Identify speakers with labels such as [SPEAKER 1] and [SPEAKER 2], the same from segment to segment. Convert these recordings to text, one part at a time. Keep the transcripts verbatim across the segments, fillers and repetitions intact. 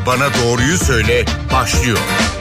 [SPEAKER 1] Bana Doğruyu Söyle başlıyor.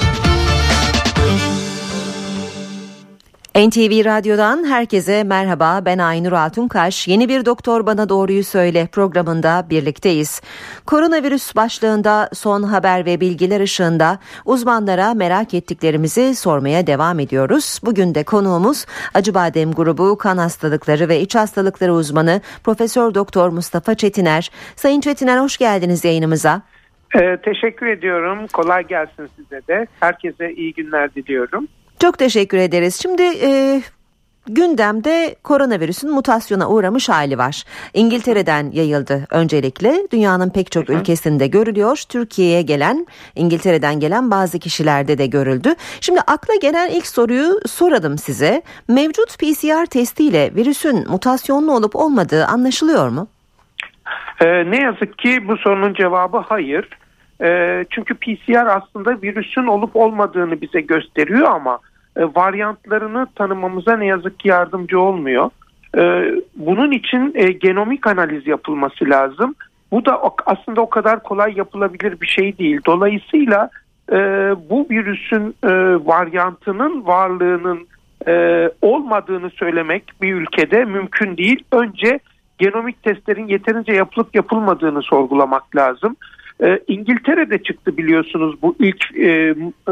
[SPEAKER 2] N T V Radyo'dan herkese merhaba, ben Aynur Altunkaş. Yeni bir Doktor Bana Doğruyu Söyle programında birlikteyiz. Koronavirüs başlığında son haber ve bilgiler ışığında uzmanlara merak ettiklerimizi sormaya devam ediyoruz. Bugün de konuğumuz Acıbadem Grubu Kan Hastalıkları ve İç Hastalıkları uzmanı Profesör Doktor Mustafa Çetiner. Sayın Çetiner, hoş geldiniz yayınımıza.
[SPEAKER 3] Ee, teşekkür ediyorum. Kolay gelsin size de. Herkese iyi günler diliyorum.
[SPEAKER 2] Çok teşekkür ederiz. Şimdi e, gündemde koronavirüsün mutasyona uğramış hali var. İngiltere'den yayıldı öncelikle. Dünyanın pek çok ülkesinde görülüyor. Türkiye'ye gelen, İngiltere'den gelen bazı kişilerde de görüldü. Şimdi akla gelen ilk soruyu soralım size. Mevcut P C R testiyle virüsün mutasyonlu olup olmadığı anlaşılıyor mu?
[SPEAKER 3] Ee, ne yazık ki bu sorunun cevabı hayır. E, çünkü P C R aslında virüsün olup olmadığını bize gösteriyor ama e, varyantlarını tanımamıza ne yazık ki yardımcı olmuyor. E, bunun için e, genomik analiz yapılması lazım. Bu da o, aslında o kadar kolay yapılabilir bir şey değil. Dolayısıyla e, bu virüsün e, varyantının varlığının e, olmadığını söylemek bir ülkede mümkün değil. Önce genomik testlerin yeterince yapılıp yapılmadığını sorgulamak lazım. Ee, İngiltere'de çıktı biliyorsunuz bu ilk e, e,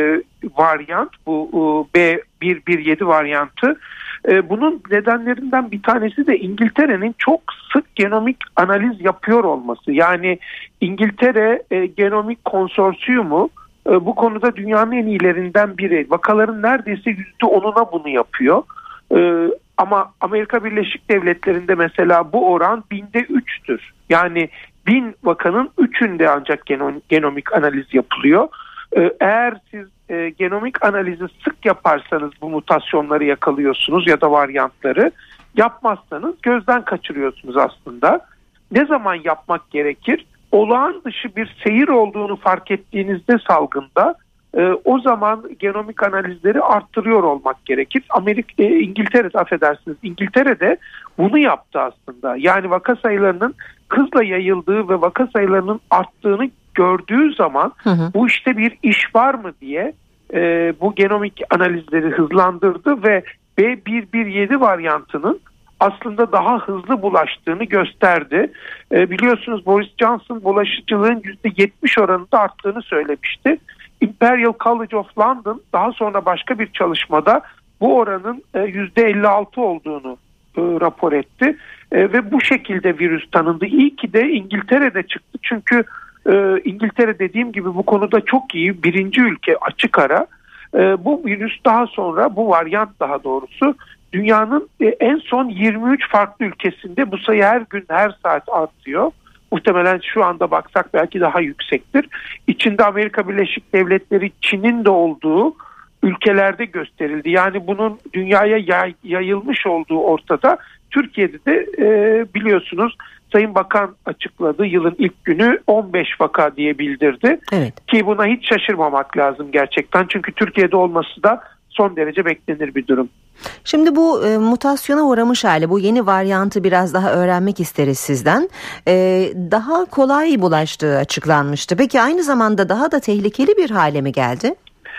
[SPEAKER 3] varyant, bu e, B bir bir yedi varyantı. E, bunun nedenlerinden bir tanesi de İngiltere'nin çok sık genomik analiz yapıyor olması. Yani İngiltere e, Genomik Konsorsiyumu e, bu konuda dünyanın en iyilerinden biri. Vakaların neredeyse yüzde onuna bunu yapıyor. E, ama Amerika Birleşik Devletleri'nde mesela bu oran binde üçtür. Yani bin vakanın üçünde ancak genomik analiz yapılıyor. Eğer siz e, genomik analizi sık yaparsanız bu mutasyonları yakalıyorsunuz ya da varyantları. Yapmazsanız gözden kaçırıyorsunuz aslında. Ne zaman yapmak gerekir? Olağan dışı bir seyir olduğunu fark ettiğinizde salgında e, o zaman genomik analizleri arttırıyor olmak gerekir. Amerika, e, İngiltere'de affedersiniz İngiltere'de bunu yaptı aslında. Yani vaka sayılarının hızla yayıldığı ve vaka sayılarının arttığını gördüğü zaman hı hı. bu işte bir iş var mı diye e, bu genomik analizleri hızlandırdı ve B bir bir yedi varyantının aslında daha hızlı bulaştığını gösterdi. E, biliyorsunuz Boris Johnson bulaşıcılığın yüzde yetmiş oranında arttığını söylemişti. Imperial College of London daha sonra başka bir çalışmada bu oranın e, yüzde elli altı olduğunu e, rapor etti. E, ve bu şekilde virüs tanındı. İyi ki de İngiltere'de çıktı. Çünkü e, İngiltere dediğim gibi bu konuda çok iyi birinci ülke açık ara. E, bu virüs daha sonra bu varyant daha doğrusu dünyanın e, en son yirmi üç farklı ülkesinde bu sayı her gün her saat artıyor. Muhtemelen şu anda baksak belki daha yüksektir. İçinde Amerika Birleşik Devletleri, Çin'in de olduğu ülkelerde gösterildi. Yani bunun dünyaya yay, yayılmış olduğu ortada. Türkiye'de de e, biliyorsunuz Sayın Bakan açıkladı. Yılın ilk günü on beş vaka diye bildirdi. Evet. Ki buna hiç şaşırmamak lazım gerçekten. Çünkü Türkiye'de olması da son derece beklenir bir durum.
[SPEAKER 2] Şimdi bu e, mutasyona uğramış hali, bu yeni varyantı biraz daha öğrenmek isteriz sizden. E, daha kolay bulaştığı açıklanmıştı. Peki aynı zamanda daha da tehlikeli bir hale mi geldi?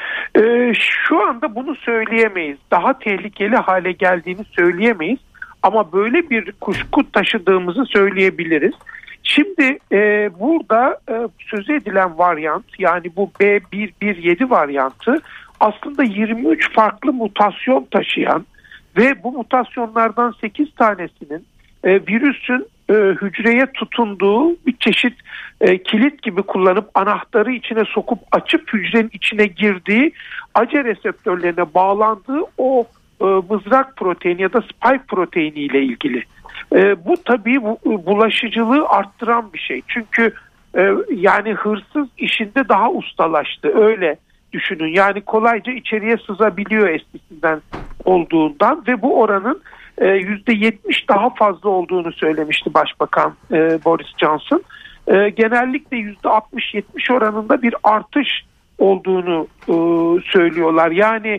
[SPEAKER 3] E, şu anda bunu söyleyemeyiz. Daha tehlikeli hale geldiğini söyleyemeyiz. Ama böyle bir kuşku taşıdığımızı söyleyebiliriz. Şimdi e, burada e, söz edilen varyant, yani bu B bir bir yedi varyantı aslında yirmi üç farklı mutasyon taşıyan ve bu mutasyonlardan sekiz tanesinin e, virüsün e, hücreye tutunduğu bir çeşit e, kilit gibi kullanıp anahtarı içine sokup açıp hücrenin içine girdiği A C E reseptörlerine bağlandığı o e, mızrak proteini ya da spike proteini ile ilgili. E, bu tabii bu, bulaşıcılığı arttıran bir şey. Çünkü e, yani hırsız işinde daha ustalaştı, öyle düşünün. Yani kolayca içeriye sızabiliyor eskisinden olduğundan ve bu oranın e, yüzde yetmiş daha fazla olduğunu söylemişti Başbakan e, Boris Johnson. E, genellikle yüzde altmış yetmiş oranında bir artış olduğunu e, söylüyorlar. Yani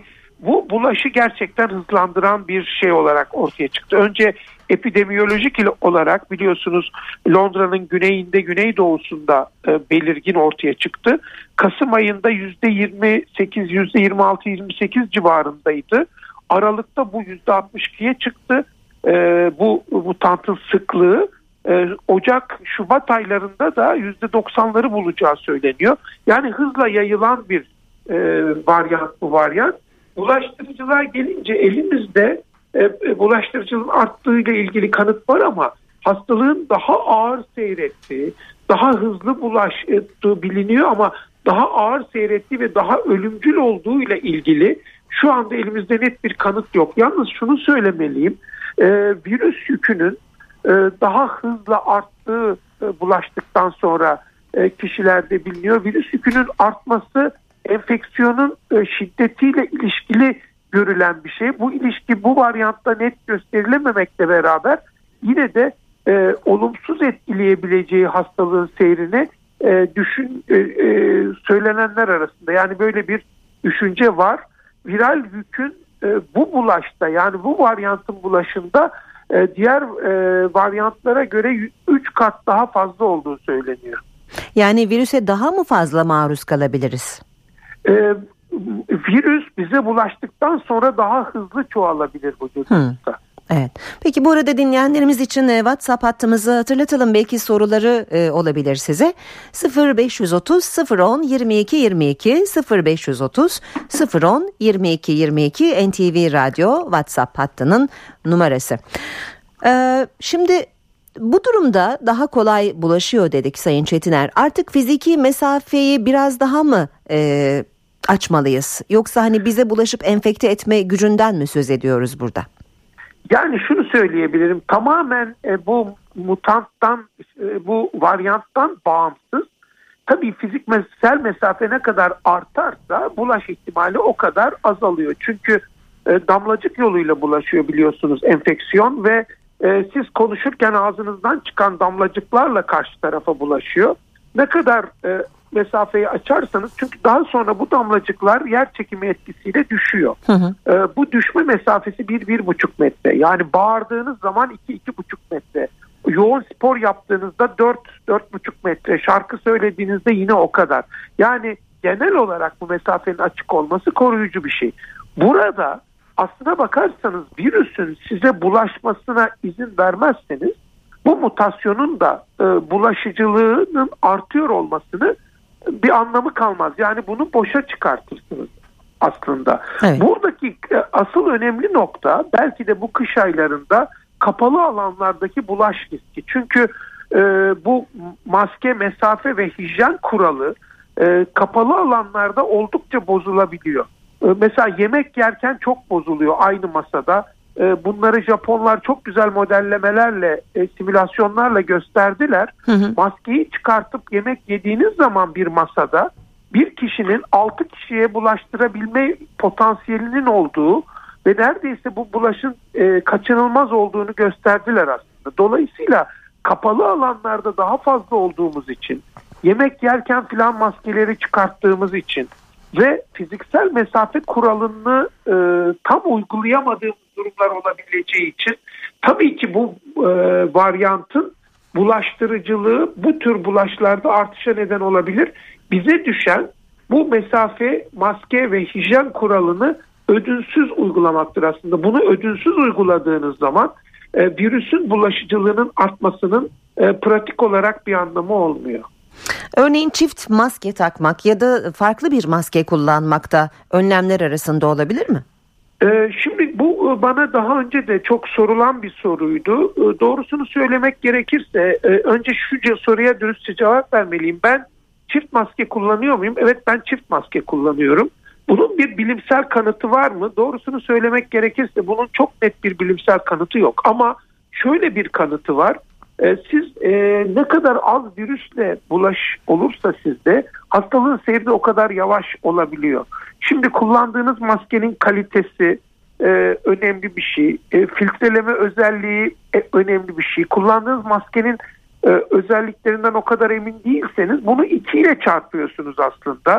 [SPEAKER 3] bu bulaşı gerçekten hızlandıran bir şey olarak ortaya çıktı. Önce epidemiyolojik olarak biliyorsunuz Londra'nın güneyinde, güneydoğusunda e, belirgin ortaya çıktı. Kasım ayında yüzde yirmi sekiz, yüzde yirmi altı, yirmi sekiz civarındaydı. Aralıkta bu yüzde altmış ikiye çıktı. E, bu mutantın sıklığı e, Ocak, Şubat aylarında da yüzde doksanları bulacağı söyleniyor. Yani hızla yayılan bir e, varyant bu varyant. Bulaştırıcılığa gelince elimizde e, bulaştırıcılığın arttığıyla ilgili kanıt var ama hastalığın daha ağır seyrettiği, daha hızlı bulaştığı biliniyor ama daha ağır seyrettiği ve daha ölümcül olduğu ile ilgili şu anda elimizde net bir kanıt yok. Yalnız şunu söylemeliyim, e, virüs yükünün e, daha hızla arttığı e, bulaştıktan sonra e, kişilerde biliniyor. Virüs yükünün artması enfeksiyonun e, şiddetiyle ilişkili görülen bir şey. Bu ilişki bu varyantta net gösterilememekle beraber yine de e, olumsuz etkileyebileceği hastalığın seyrini e, düşün e, e, söylenenler arasında. Yani böyle bir düşünce var. Viral yükün e, bu bulaşta, yani bu varyantın bulaşında e, diğer e, varyantlara göre üç kat daha fazla olduğu söyleniyor.
[SPEAKER 2] Yani virüse daha mı fazla maruz kalabiliriz?
[SPEAKER 3] Ee, virüs bize bulaştıktan sonra daha hızlı çoğalabilir vücudumuzda.
[SPEAKER 2] Hmm. Evet. Peki bu arada dinleyenlerimiz için e, WhatsApp hattımızı hatırlatalım. Belki soruları e, olabilir size. sıfır beş yüz otuz sıfır on yirmi iki yirmi iki sıfır beş yüz otuz sıfır on yirmi iki yirmi iki N T V Radyo WhatsApp hattının numarası. Ee, şimdi bu durumda daha kolay bulaşıyor dedik Sayın Çetiner. Artık fiziki mesafeyi biraz daha mı e, açmalıyız? Yoksa hani bize bulaşıp enfekte etme gücünden mi söz ediyoruz burada?
[SPEAKER 3] Yani şunu söyleyebilirim. Tamamen e, bu mutanttan, e, bu varyanttan bağımsız. Tabii fiziksel mesafe ne kadar artarsa bulaş ihtimali o kadar azalıyor. Çünkü e, damlacık yoluyla bulaşıyor biliyorsunuz enfeksiyon ve e, siz konuşurken ağzınızdan çıkan damlacıklarla karşı tarafa bulaşıyor. Ne kadar e, mesafeyi açarsanız, çünkü daha sonra bu damlacıklar yer çekimi etkisiyle düşüyor. Hı hı. E, bu düşme mesafesi bir bir buçuk metre. Yani bağırdığınız zaman iki iki buçuk metre. Yoğun spor yaptığınızda dört dört buçuk metre. Şarkı söylediğinizde yine o kadar. Yani genel olarak bu mesafenin açık olması koruyucu bir şey. Burada aslına bakarsanız virüsün size bulaşmasına izin vermezseniz bu mutasyonun da e, bulaşıcılığının artıyor olmasını bir anlamı kalmaz. Yani bunu boşa çıkartırsınız aslında. Evet. Buradaki e, asıl önemli nokta belki de bu kış aylarında kapalı alanlardaki bulaş riski. Çünkü e, bu maske, mesafe ve hijyen kuralı e, kapalı alanlarda oldukça bozulabiliyor. E, mesela yemek yerken çok bozuluyor aynı masada. E, bunları Japonlar çok güzel modellemelerle, e, simülasyonlarla gösterdiler. Hı hı. Maskeyi çıkartıp yemek yediğiniz zaman bir masada bir kişinin altı kişiye bulaştırabilme potansiyelinin olduğu ve neredeyse bu bulaşın e, kaçınılmaz olduğunu gösterdiler aslında. Dolayısıyla kapalı alanlarda daha fazla olduğumuz için, yemek yerken filan maskeleri çıkarttığımız için ve fiziksel mesafe kuralını e, tam uygulayamadığımız durumlar olabileceği için tabii ki bu e, varyantın bulaştırıcılığı bu tür bulaşlarda artışa neden olabilir. Bize düşen bu mesafe, maske ve hijyen kuralını ödünsüz uygulamaktır aslında. Bunu ödünsüz uyguladığınız zaman e, virüsün bulaşıcılığının artmasının e, pratik olarak bir anlamı olmuyor.
[SPEAKER 2] Örneğin çift maske takmak ya da farklı bir maske kullanmak da önlemler arasında olabilir mi?
[SPEAKER 3] Ee, şimdi bu bana daha önce de çok sorulan bir soruydu. Ee, doğrusunu söylemek gerekirse e, önce şu soruya dürüstçe cevap vermeliyim. Ben çift maske kullanıyor muyum? Evet, ben çift maske kullanıyorum. Bunun bir bilimsel kanıtı var mı? Doğrusunu söylemek gerekirse bunun çok net bir bilimsel kanıtı yok. Ama şöyle bir kanıtı var. Siz e, ne kadar az virüsle bulaş olursa sizde hastalığın seyri de o kadar yavaş olabiliyor. Şimdi kullandığınız maskenin kalitesi e, önemli bir şey. E, filtreleme özelliği e, önemli bir şey. Kullandığınız maskenin e, özelliklerinden o kadar emin değilseniz bunu iki ile çarpıyorsunuz aslında.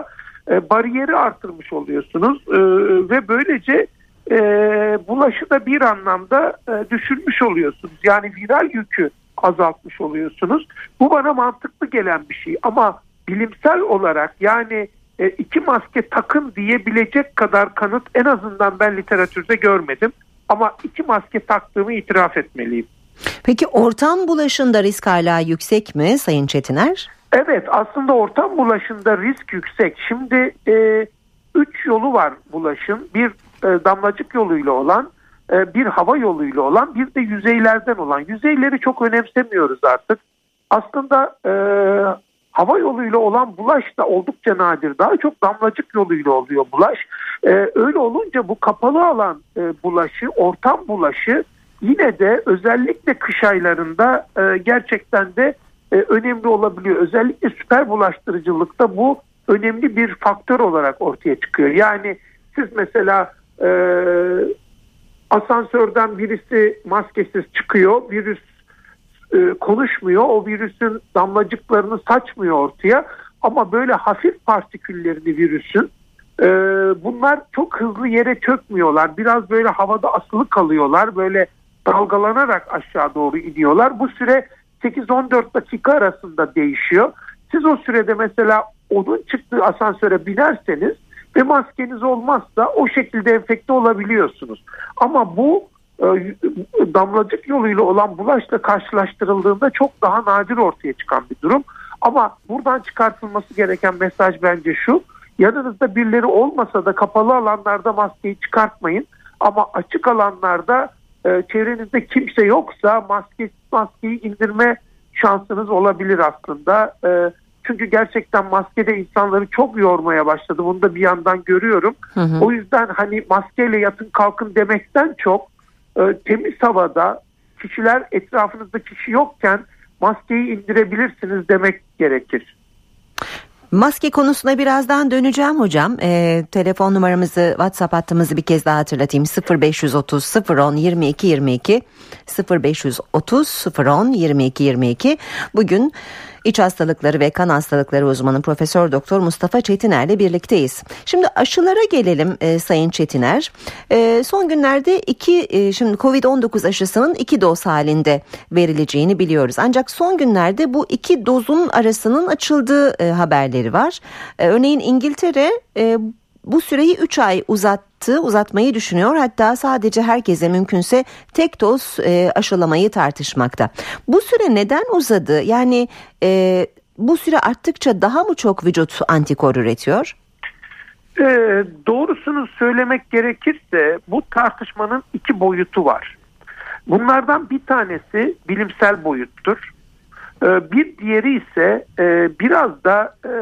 [SPEAKER 3] e, bariyeri artırmış oluyorsunuz e, ve böylece e, bulaşı da bir anlamda e, düşürmüş oluyorsunuz. Yani viral yükü azaltmış oluyorsunuz. Bu bana mantıklı gelen bir şey ama bilimsel olarak yani e, iki maske takın diyebilecek kadar kanıt en azından ben literatürde görmedim. Ama iki maske taktığımı itiraf etmeliyim.
[SPEAKER 2] Peki ortam bulaşında risk hala yüksek mi Sayın Çetiner?
[SPEAKER 3] Evet, aslında ortam bulaşında risk yüksek. Şimdi e, üç yolu var bulaşın. Bir e, damlacık yoluyla olan, e, bir hava yoluyla olan, bir de yüzeylerden olan. Yüzeyleri çok önemsemiyoruz artık. Aslında e, hava yoluyla olan bulaş da oldukça nadir. Daha çok damlacık yoluyla oluyor bulaş. E, öyle olunca bu kapalı alan e, bulaşı, ortam bulaşı yine de özellikle kış aylarında e, gerçekten de e, önemli olabiliyor. Özellikle süper bulaştırıcılıkta bu önemli bir faktör olarak ortaya çıkıyor. Yani siz mesela e, asansörden birisi maskesiz çıkıyor, virüs e, konuşmuyor, o virüsün damlacıklarını saçmıyor ortaya ama böyle hafif partiküllerini virüsün e, bunlar çok hızlı yere çökmüyorlar. Biraz böyle havada asılı kalıyorlar, böyle dalgalanarak aşağı doğru iniyorlar. Bu süre sekiz on dört dakika arasında değişiyor. Siz o sürede mesela onun çıktığı asansöre binerseniz ve maskeniz olmazsa o şekilde enfekte olabiliyorsunuz. Ama bu e, damlacık yoluyla olan bulaşla karşılaştırıldığında çok daha nadir ortaya çıkan bir durum. Ama buradan çıkartılması gereken mesaj bence şu: yanınızda birileri olmasa da kapalı alanlarda maskeyi çıkartmayın. Ama açık alanlarda e, çevrenizde kimse yoksa maske, maskeyi indirme şansınız olabilir aslında. E, çünkü gerçekten maskede insanları çok yormaya başladı. Bunu da bir yandan görüyorum. Hı hı. O yüzden hani maskeyle yatın kalkın demekten çok e, temiz havada kişiler, etrafınızda kişi yokken maskeyi indirebilirsiniz demek gerekir.
[SPEAKER 2] Maske konusuna birazdan döneceğim hocam. E, telefon numaramızı, WhatsApp hattımızı bir kez daha hatırlatayım. sıfır beş yüz otuz sıfır on yirmi iki yirmi iki sıfır beş yüz otuz sıfır on yirmi iki yirmi iki. Bugün İç hastalıkları ve kan hastalıkları uzmanı Profesör Doktor Mustafa Çetiner'le birlikteyiz. Şimdi aşılara gelelim e, Sayın Çetiner. E, son günlerde iki e, şimdi kovid on dokuz aşısının iki doz halinde verileceğini biliyoruz. Ancak son günlerde bu iki dozun arasının açıldığı e, haberleri var. E, örneğin İngiltere e, bu süreyi üç ay uzattı, uzatmayı düşünüyor. Hatta sadece herkese mümkünse tek doz e, aşılamayı tartışmakta. Bu süre neden uzadı? Yani e, bu süre arttıkça daha mı çok vücut antikor üretiyor?
[SPEAKER 3] E, doğrusunu söylemek gerekirse bu tartışmanın iki boyutu var. Bunlardan bir tanesi bilimsel boyuttur. E, bir diğeri ise e, biraz da E,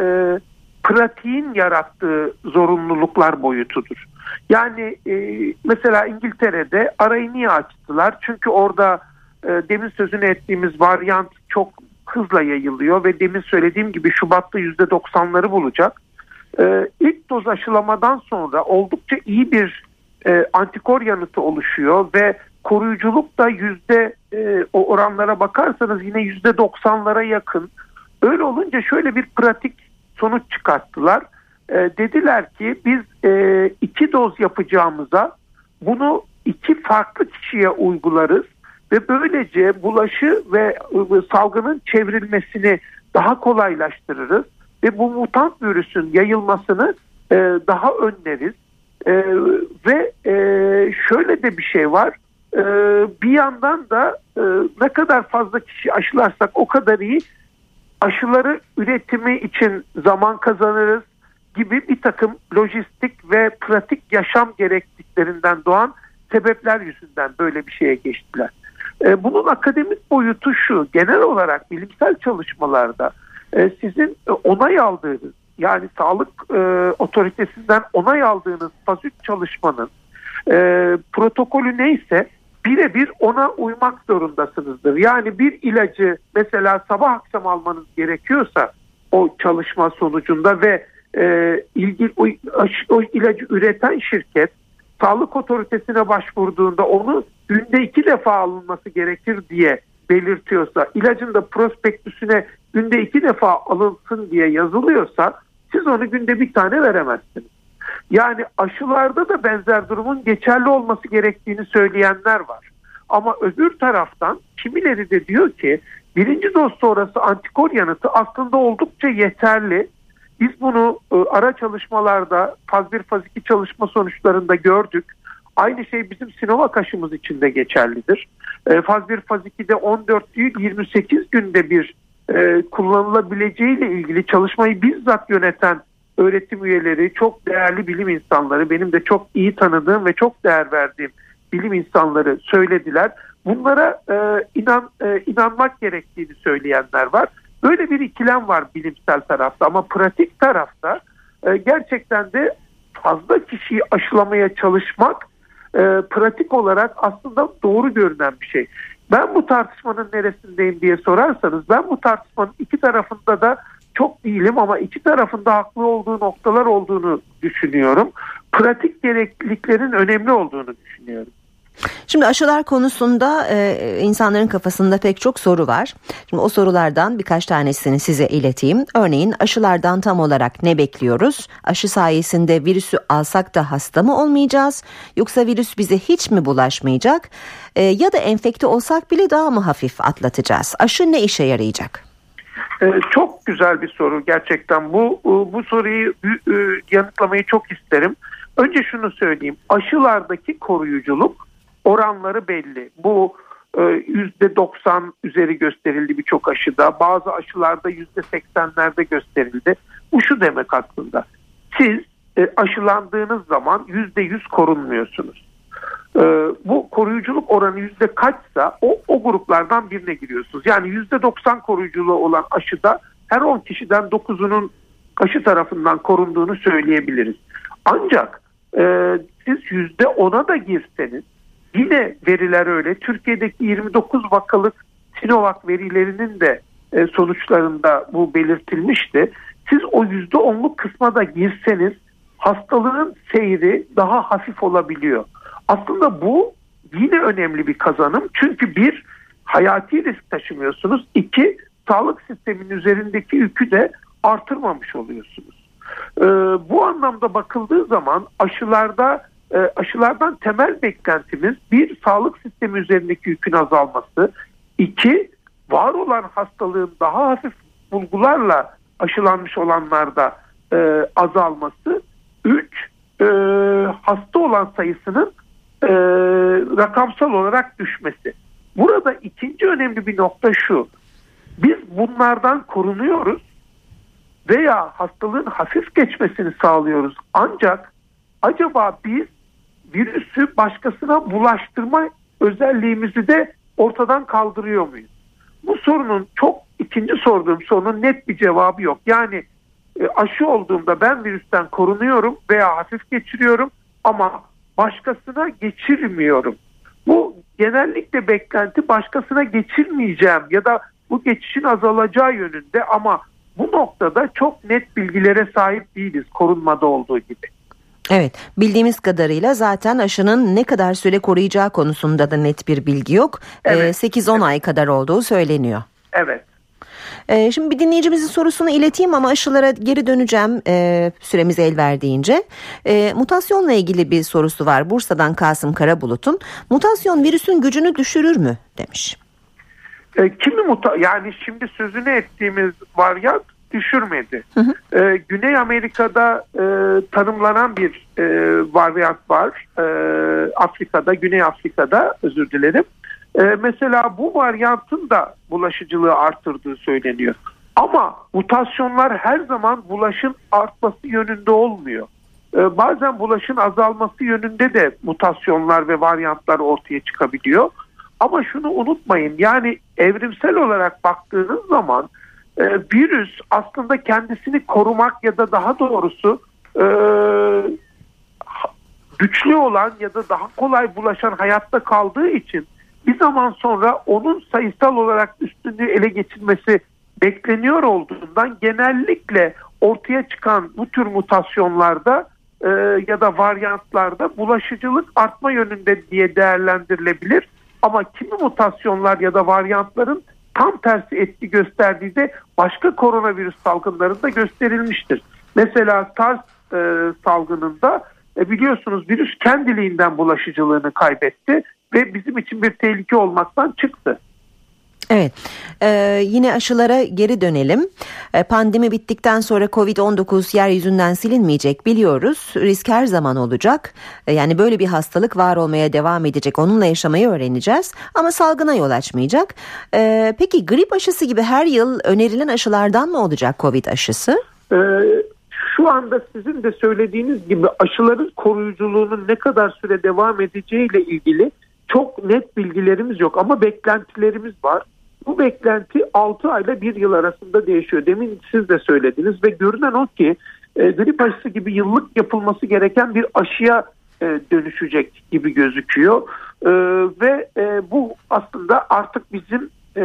[SPEAKER 3] pratiğin yarattığı zorunluluklar boyutudur. Yani e, mesela İngiltere'de arayı niye açtılar? Çünkü orada e, demin sözünü ettiğimiz varyant çok hızla yayılıyor ve demin söylediğim gibi Şubat'ta yüzde doksanları bulacak. E, ilk doz aşılamadan sonra oldukça iyi bir e, antikor yanıtı oluşuyor ve koruyuculuk da yüzde e, o oranlara bakarsanız yine yüzde doksanlara yakın. Öyle olunca şöyle bir pratik sonuç çıkarttılar. E, dediler ki biz e, iki doz yapacağımıza bunu iki farklı kişiye uygularız ve böylece bulaşı ve e, salgının çevrilmesini daha kolaylaştırırız ve bu mutant virüsün yayılmasını e, daha önleriz. E, ve e, şöyle de bir şey var. E, bir yandan da e, ne kadar fazla kişi aşılarsak o kadar iyi. Aşıları üretimi için zaman kazanırız gibi bir takım lojistik ve pratik yaşam gerekliklerinden doğan sebepler yüzünden böyle bir şeye geçtiler. Ee, bunun akademik boyutu şu: genel olarak bilimsel çalışmalarda e, sizin onay aldığınız, yani sağlık e, otoritesinden onay aldığınız faz üç çalışmanın e, protokolü neyse birebir ona uymak zorundasınızdır. Yani bir ilacı mesela sabah akşam almanız gerekiyorsa o çalışma sonucunda ve e, ilgili o, o ilacı üreten şirket sağlık otoritesine başvurduğunda onu günde iki defa alınması gerekir diye belirtiyorsa, ilacın da prospektüsüne günde iki defa alınsın diye yazılıyorsa, siz onu günde bir tane veremezsiniz. Yani aşılarda da benzer durumun geçerli olması gerektiğini söyleyenler var. Ama öbür taraftan kimileri de diyor ki birinci doz sonrası antikor yanıtı aslında oldukça yeterli. Biz bunu e, ara çalışmalarda faz bir faz iki çalışma sonuçlarında gördük. Aynı şey bizim Sinovac aşımız için de geçerlidir. E, faz bir faz ikide on dört değil yirmi sekiz günde bir e, kullanılabileceğiyle ilgili çalışmayı bizzat yöneten öğretim üyeleri, çok değerli bilim insanları, benim de çok iyi tanıdığım ve çok değer verdiğim bilim insanları söylediler. Bunlara e, inan e, inanmak gerektiğini söyleyenler var. Böyle bir ikilem var bilimsel tarafta ama pratik tarafta e, gerçekten de fazla kişiyi aşılamaya çalışmak e, pratik olarak aslında doğru görünen bir şey. Ben bu tartışmanın neresindeyim diye sorarsanız ben bu tartışmanın iki tarafında da çok değilim ama iki tarafında haklı olduğu noktalar olduğunu düşünüyorum. Pratik gerekliliklerin önemli olduğunu düşünüyorum.
[SPEAKER 2] Şimdi aşılar konusunda e, insanların kafasında pek çok soru var. Şimdi o sorulardan birkaç tanesini size ileteyim. Örneğin aşılardan tam olarak ne bekliyoruz? Aşı sayesinde virüsü alsak da hasta mı olmayacağız? Yoksa virüs bize hiç mi bulaşmayacak? E, ya da enfekte olsak bile daha mı hafif atlatacağız? Aşı ne işe yarayacak?
[SPEAKER 3] Ee, çok güzel bir soru gerçekten. Bu bu soruyu yanıtlamayı çok isterim. Önce şunu söyleyeyim. Aşılardaki koruyuculuk oranları belli. Bu yüzde doksan üzeri gösterildi birçok aşıda. Bazı aşılarda yüzde seksenlerde gösterildi. Bu şu demek aslında. Siz aşılandığınız zaman yüzde yüz korunmuyorsunuz. Bu koruyuculuk oranı yüzde kaçsa o, o gruplardan birine giriyorsunuz. Yani yüzde doksan koruyuculuğu olan aşıda her on kişiden dokuzunun aşı tarafından korunduğunu söyleyebiliriz. Ancak e, siz yüzde ona da girseniz yine veriler öyle. Türkiye'deki yirmi dokuz vakalık Sinovac verilerinin de e, sonuçlarında bu belirtilmişti. Siz o yüzde onluk kısma da girseniz hastalığın seyri daha hafif olabiliyor. Aslında bu yine önemli bir kazanım. Çünkü bir, hayati risk taşımıyorsunuz. İki, sağlık sisteminin üzerindeki yükü de artırmamış oluyorsunuz. Ee, bu anlamda bakıldığı zaman aşılarda e, aşılardan temel beklentimiz bir, sağlık sistemi üzerindeki yükün azalması. İki, var olan hastalığın daha hafif bulgularla aşılanmış olanlarda e, azalması. Üç, e, hasta olan sayısının e, rakamsal olarak düşmesi. Burada ikinci önemli bir nokta şu. Biz bunlardan korunuyoruz veya hastalığın hafif geçmesini sağlıyoruz. Ancak acaba biz virüsü başkasına bulaştırma özelliğimizi de ortadan kaldırıyor muyuz? Bu sorunun çok ikinci sorduğum sorunun net bir cevabı yok. Yani e, aşı olduğumda ben virüsten korunuyorum veya hafif geçiriyorum ama başkasına geçirmiyorum. Bu genellikle beklenti başkasına geçirmeyeceğim ya da bu geçişin azalacağı yönünde ama bu noktada çok net bilgilere sahip değiliz korunmada olduğu gibi.
[SPEAKER 2] Evet, bildiğimiz kadarıyla zaten aşının ne kadar süre koruyacağı konusunda da net bir bilgi yok.
[SPEAKER 3] Evet.
[SPEAKER 2] Ee, sekiz on
[SPEAKER 3] evet.
[SPEAKER 2] ay kadar olduğu söyleniyor.
[SPEAKER 3] Evet.
[SPEAKER 2] Ee, şimdi bir dinleyicimizin sorusunu ileteyim ama aşılara geri döneceğim e, süremiz el verdiğince. E, mutasyonla ilgili bir sorusu var Bursa'dan Kasım Karabulut'un. Mutasyon virüsün gücünü düşürür mü demiş.
[SPEAKER 3] E, kimi muta yani şimdi sözünü ettiğimiz varyant düşürmedi. Hı hı. E, Güney Amerika'da e, tanımlanan bir e, varyant var. E, Afrika'da, Güney Afrika'da özür dilerim. E, mesela bu varyantın da bulaşıcılığı arttırdığı söyleniyor. Ama mutasyonlar her zaman bulaşın artması yönünde olmuyor. E, bazen bulaşın azalması yönünde de mutasyonlar ve varyantlar ortaya çıkabiliyor. Ama şunu unutmayın, yani evrimsel olarak baktığınız zaman e, virüs aslında kendisini korumak ya da daha doğrusu e, güçlü olan ya da daha kolay bulaşan hayatta kaldığı için bir zaman sonra onun sayısal olarak üstünlüğü ele geçirmesi bekleniyor olduğundan genellikle ortaya çıkan bu tür mutasyonlarda e, ya da varyantlarda bulaşıcılık artma yönünde diye değerlendirilebilir. Ama kimi mutasyonlar ya da varyantların tam tersi etki gösterdiği de başka koronavirüs salgınlarında gösterilmiştir. Mesela SARS e, salgınında e, biliyorsunuz virüs kendiliğinden bulaşıcılığını kaybetti ve bizim için bir tehlike olmaktan çıktı.
[SPEAKER 2] Evet, ee, yine aşılara geri dönelim. Ee, pandemi bittikten sonra kovid on dokuz yeryüzünden silinmeyecek biliyoruz. Risk her zaman olacak. Ee, yani böyle bir hastalık var olmaya devam edecek. Onunla yaşamayı öğreneceğiz ama salgına yol açmayacak. Ee, peki grip aşısı gibi her yıl önerilen aşılardan mı olacak kovid aşısı?
[SPEAKER 3] Ee, şu anda sizin de söylediğiniz gibi aşıların koruyuculuğunun ne kadar süre devam edeceğiyle ilgili çok net bilgilerimiz yok ama beklentilerimiz var. Bu beklenti altı ayla bir yıl arasında değişiyor. Demin siz de söylediniz ve görünen o ki e, grip aşısı gibi yıllık yapılması gereken bir aşıya e, dönüşecek gibi gözüküyor. E, ve e, bu aslında artık bizim e,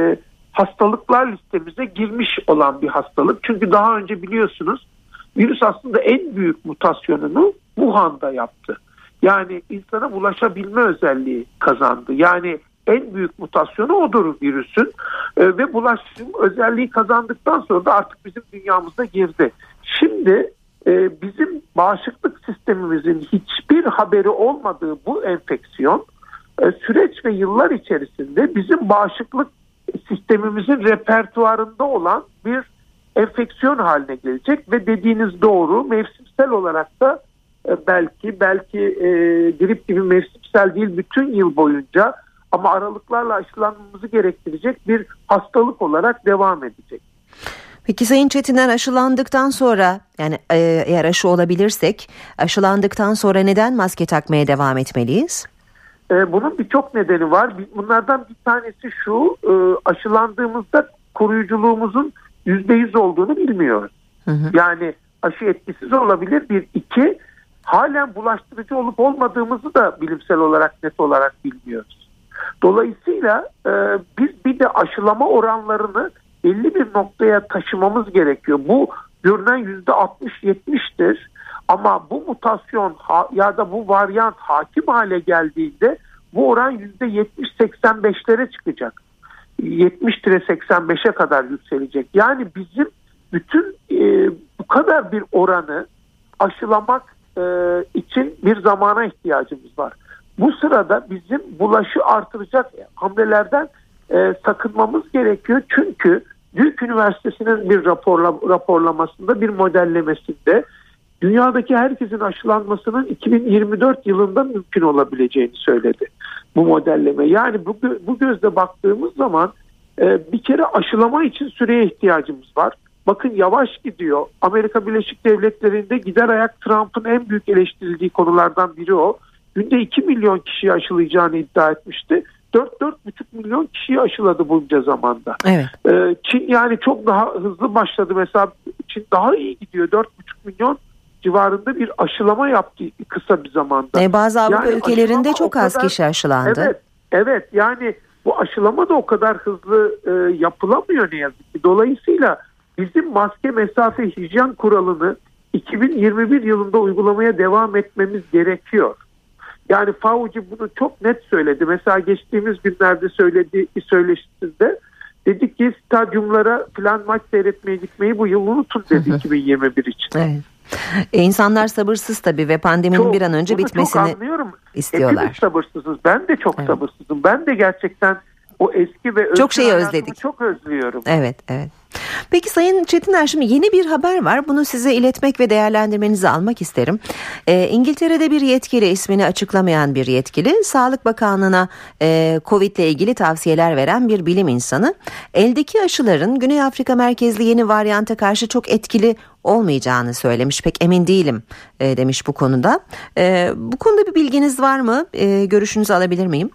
[SPEAKER 3] hastalıklar listemize girmiş olan bir hastalık. Çünkü daha önce biliyorsunuz virüs aslında en büyük mutasyonunu Wuhan'da yaptı. Yani insana bulaşabilme özelliği kazandı. Yani en büyük mutasyonu odur virüsün ee, ve bulaşım özelliği kazandıktan sonra da artık bizim dünyamıza girdi. Şimdi e, bizim bağışıklık sistemimizin hiçbir haberi olmadığı bu enfeksiyon e, süreç ve yıllar içerisinde bizim bağışıklık sistemimizin repertuarında olan bir enfeksiyon haline gelecek ve dediğiniz doğru, mevsimsel olarak da e, belki belki e, grip gibi mevsimsel değil, bütün yıl boyunca ama aralıklarla aşılanmamızı gerektirecek bir hastalık olarak devam edecek.
[SPEAKER 2] Peki Sayın Çetiner, aşılandıktan sonra, yani e, eğer aşı olabilirsek aşılandıktan sonra neden maske takmaya devam etmeliyiz?
[SPEAKER 3] E, bunun birçok nedeni var. Bunlardan bir tanesi şu: e, aşılandığımızda koruyuculuğumuzun yüzde yüz olduğunu bilmiyoruz. Hı hı. Yani aşı etkisiz olabilir. Bir, iki, halen bulaştırıcı olup olmadığımızı da bilimsel olarak net olarak bilmiyoruz. Dolayısıyla e, biz bir de aşılama oranlarını belli bir noktaya taşımamız gerekiyor. Bu görünen yüzde altmış yetmiştir ama bu mutasyon ha, ya da bu varyant hakim hale geldiğinde bu oran yüzde yetmiş seksen beşlere çıkacak. yetmiş seksen beşe kadar yükselecek. Yani bizim bütün e, bu kadar bir oranı aşılamak e, için bir zamana ihtiyacımız var. Bu sırada bizim bulaşı artıracak hamlelerden e, sakınmamız gerekiyor. Çünkü Duke Üniversitesi'nin bir raporla, raporlamasında, bir modellemesinde dünyadaki herkesin aşılanmasının iki bin yirmi dört yılında mümkün olabileceğini söyledi bu modelleme. Yani bu, bu gözle baktığımız zaman e, bir kere aşılama için süreye ihtiyacımız var. Bakın yavaş gidiyor. Amerika Birleşik Devletleri'nde gider ayak Trump'ın en büyük eleştirildiği konulardan biri o. Günde iki milyon kişiyi aşılayacağını iddia etmişti. dört dört buçuk milyon kişiyi aşıladı bunca zamanda.
[SPEAKER 2] Evet.
[SPEAKER 3] Ee, Çin yani çok daha hızlı başladı. Mesela Çin daha iyi gidiyor. dört buçuk milyon civarında bir aşılama yaptı kısa bir zamanda.
[SPEAKER 2] E, bazı Avrupa
[SPEAKER 3] yani
[SPEAKER 2] ülkelerinde çok az
[SPEAKER 3] kadar,
[SPEAKER 2] kişi aşılandı.
[SPEAKER 3] Evet, evet. Yani bu aşılama da o kadar hızlı e, yapılamıyor ne yazık ki. Dolayısıyla bizim maske, mesafe, hijyen kuralını iki bin yirmi bir yılında uygulamaya devam etmemiz gerekiyor. Yani Fauci bunu çok net söyledi. Mesela geçtiğimiz günlerde söylediği söyleşisinde dedi ki stadyumlara falan maç seyretmeye gitmeyi bu yıl unutun dedi iki bin yirmi bir için.
[SPEAKER 2] Evet. E, insanlar sabırsız tabii ve pandeminin çok, bir an önce bitmesini istiyorlar.
[SPEAKER 3] Hepimiz sabırsızız. Ben de çok evet. sabırsızım. Ben de gerçekten o eski ve
[SPEAKER 2] çok şeyi özledik.
[SPEAKER 3] Çok özlüyorum.
[SPEAKER 2] Evet, evet. Peki Sayın Çetiner, şimdi yeni bir haber var. Bunu size iletmek ve değerlendirmenizi almak isterim. Ee, İngiltere'de bir yetkili, ismini açıklamayan bir yetkili, Sağlık Bakanlığı'na e, Covid ile ilgili tavsiyeler veren bir bilim insanı, eldeki aşıların Güney Afrika merkezli yeni varyanta karşı çok etkili olmayacağını söylemiş. Pek emin değilim e, demiş bu konuda. E, bu konuda bir bilginiz var mı? E, görüşünüzü alabilir miyim?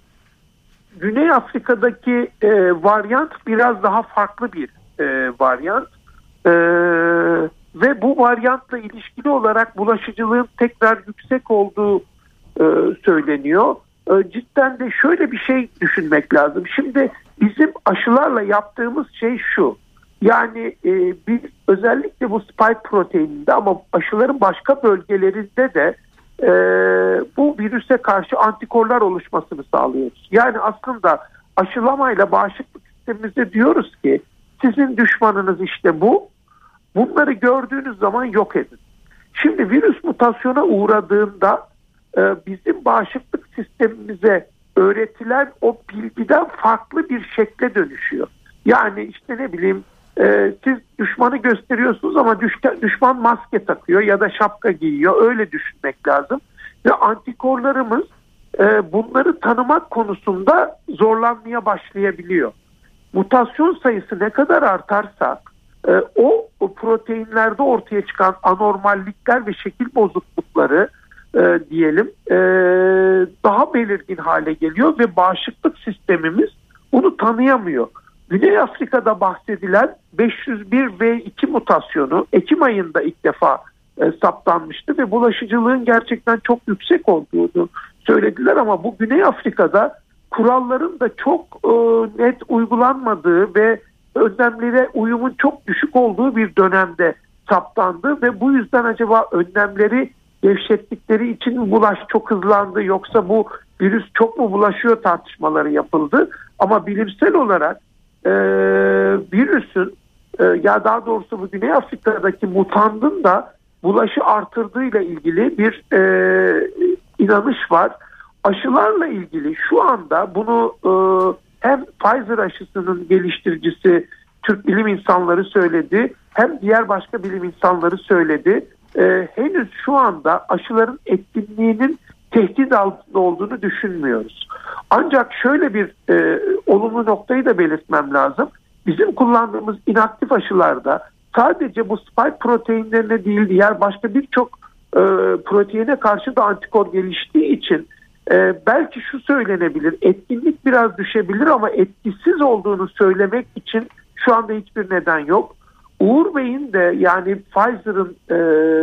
[SPEAKER 3] Güney Afrika'daki e, varyant biraz daha farklı bir e, varyant e, ve bu varyantla ilişkili olarak bulaşıcılığın tekrar yüksek olduğu e, söyleniyor. E, cidden de şöyle bir şey düşünmek lazım. Şimdi bizim aşılarla yaptığımız şey şu. Yani e, biz özellikle bu spike proteininde ama aşıların başka bölgelerinde de e, bu virüse karşı antikorlar oluşmasını sağlıyoruz. Yani aslında aşılamayla bağışıklık sistemimize diyoruz ki sizin düşmanınız işte bu Bunları gördüğünüz zaman yok edin. Şimdi virüs mutasyona uğradığında e, bizim bağışıklık sistemimize öğretilen o bilgiden farklı bir şekle dönüşüyor. Yani işte ne bileyim e, siz düşmanı gösteriyorsunuz ama düşman maske takıyor ya da şapka giyiyor. Öyle düşünmek lazım. Ve antikorlarımız e, bunları tanımak konusunda zorlanmaya başlayabiliyor. Mutasyon sayısı ne kadar artarsa e, o, o proteinlerde ortaya çıkan anormallikler ve şekil bozuklukları e, diyelim e, daha belirgin hale geliyor ve bağışıklık sistemimiz bunu tanıyamıyor. Güney Afrika'da bahsedilen beş yüz bir V iki mutasyonu Ekim ayında ilk defa e, saptanmıştı ve bulaşıcılığın gerçekten çok yüksek olduğunu söylediler ama bu Güney Afrika'da kuralların da çok e, net uygulanmadığı ve önlemlere uyumun çok düşük olduğu bir dönemde saptandı ve bu yüzden acaba önlemleri gevşettikleri için mi bulaş çok hızlandı yoksa bu virüs çok mu bulaşıyor tartışmaları yapıldı ama bilimsel olarak e, virüsün e, ya daha doğrusu bu Güney Afrika'daki mutandın da bulaşı artırdığıyla ilgili bir e, inanış var. Aşılarla ilgili şu anda bunu e, hem Pfizer aşısının geliştiricisi Türk bilim insanları söyledi hem diğer başka bilim insanları söyledi. E, henüz şu anda aşıların etkinliğinin tehdit altında olduğunu düşünmüyoruz. Ancak şöyle bir e, olumlu noktayı da belirtmem lazım. Bizim kullandığımız inaktif aşılarda sadece bu spike proteinlerine değil diğer başka birçok e, proteine karşı da antikor geliştiği için e, belki şu söylenebilir, etkinlik biraz düşebilir ama etkisiz olduğunu söylemek için şu anda hiçbir neden yok. Uğur Bey'in de yani Pfizer'ın e,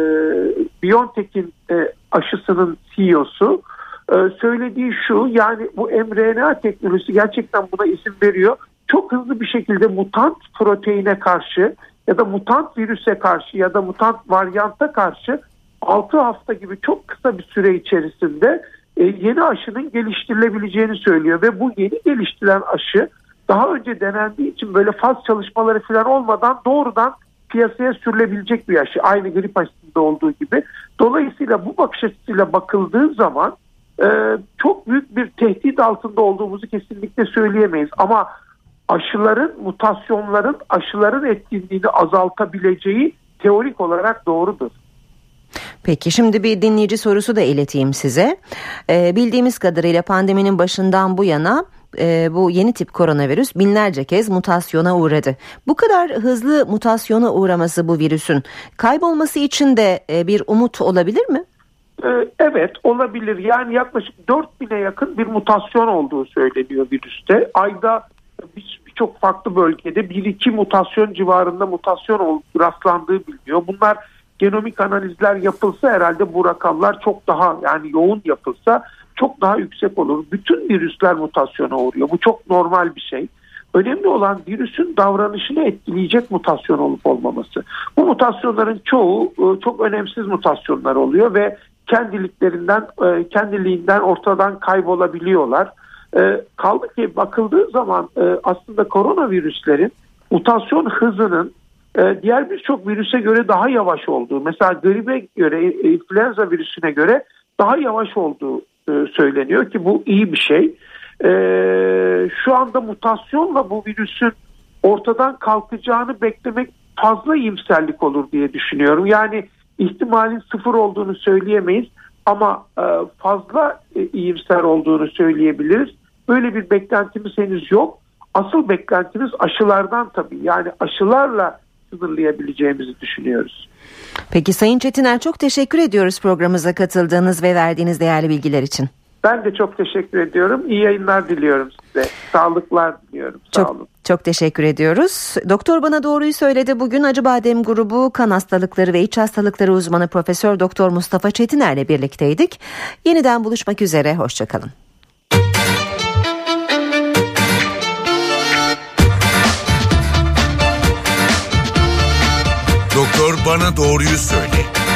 [SPEAKER 3] BioNTech'in e, aşısının C E O'su e, söylediği şu, yani bu mRNA teknolojisi gerçekten buna izin veriyor. Çok hızlı bir şekilde mutant proteine karşı ya da mutant virüse karşı ya da mutant varyanta karşı altı hafta gibi çok kısa bir süre içerisinde e, yeni aşının geliştirilebileceğini söylüyor ve bu yeni geliştirilen aşı daha önce denendiği için böyle faz çalışmaları falan olmadan doğrudan piyasaya sürülebilecek bir aşı. Aynı grip aşısında olduğu gibi. Dolayısıyla bu bakış açısıyla bakıldığı zaman e, çok büyük bir tehdit altında olduğumuzu kesinlikle söyleyemeyiz. Ama aşıların, mutasyonların aşıların etkinliğini azaltabileceği teorik olarak doğrudur.
[SPEAKER 2] Peki şimdi bir dinleyici sorusu da ileteyim size. Ee, bildiğimiz kadarıyla pandeminin başından bu yana e, bu yeni tip koronavirüs binlerce kez mutasyona uğradı. Bu kadar hızlı mutasyona uğraması bu virüsün kaybolması için de e, bir umut olabilir mi?
[SPEAKER 3] Ee, evet olabilir. Yani yaklaşık dört bine yakın bir mutasyon olduğu söyleniyor virüste. Ayda birçok farklı bölgede bir iki mutasyon civarında mutasyon rastlandığı biliniyor. Bunlar genomik analizler yapılsa herhalde bu rakamlar çok daha yani yoğun yapılsa çok daha yüksek olur. Bütün virüsler mutasyona uğruyor. Bu çok normal bir şey. Önemli olan virüsün davranışını etkileyecek mutasyon olup olmaması. Bu mutasyonların çoğu çok önemsiz mutasyonlar oluyor ve kendiliklerinden kendiliğinden ortadan kaybolabiliyorlar. Kaldı ki bakıldığı zaman aslında koronavirüslerin mutasyon hızının diğer birçok virüse göre daha yavaş olduğu, mesela gribe göre, influenza virüsüne göre daha yavaş olduğu söyleniyor ki bu iyi bir şey. Şu anda mutasyonla bu virüsün ortadan kalkacağını beklemek fazla iyimserlik olur diye düşünüyorum. Yani ihtimalin sıfır olduğunu söyleyemeyiz ama fazla iyimser olduğunu söyleyebiliriz. Böyle bir beklentimiz henüz yok. Asıl beklentimiz aşılardan tabii. Yani aşılarla sınırlayabileceğimizi düşünüyoruz.
[SPEAKER 2] Peki Sayın Çetiner, çok teşekkür ediyoruz programımıza katıldığınız ve verdiğiniz değerli bilgiler için.
[SPEAKER 3] Ben de çok teşekkür ediyorum. İyi yayınlar diliyorum size. Sağlıklar diliyorum. Sağ
[SPEAKER 2] çok,
[SPEAKER 3] olun.
[SPEAKER 2] Çok teşekkür ediyoruz. Doktor Bana Doğruyu Söyledi. Bugün Acıbadem Grubu Kan Hastalıkları ve İç Hastalıkları uzmanı Profesör Doktor Mustafa Çetiner ile birlikteydik. Yeniden buluşmak üzere. Hoşçakalın.
[SPEAKER 1] Doktor Bana Doğruyu Söyle.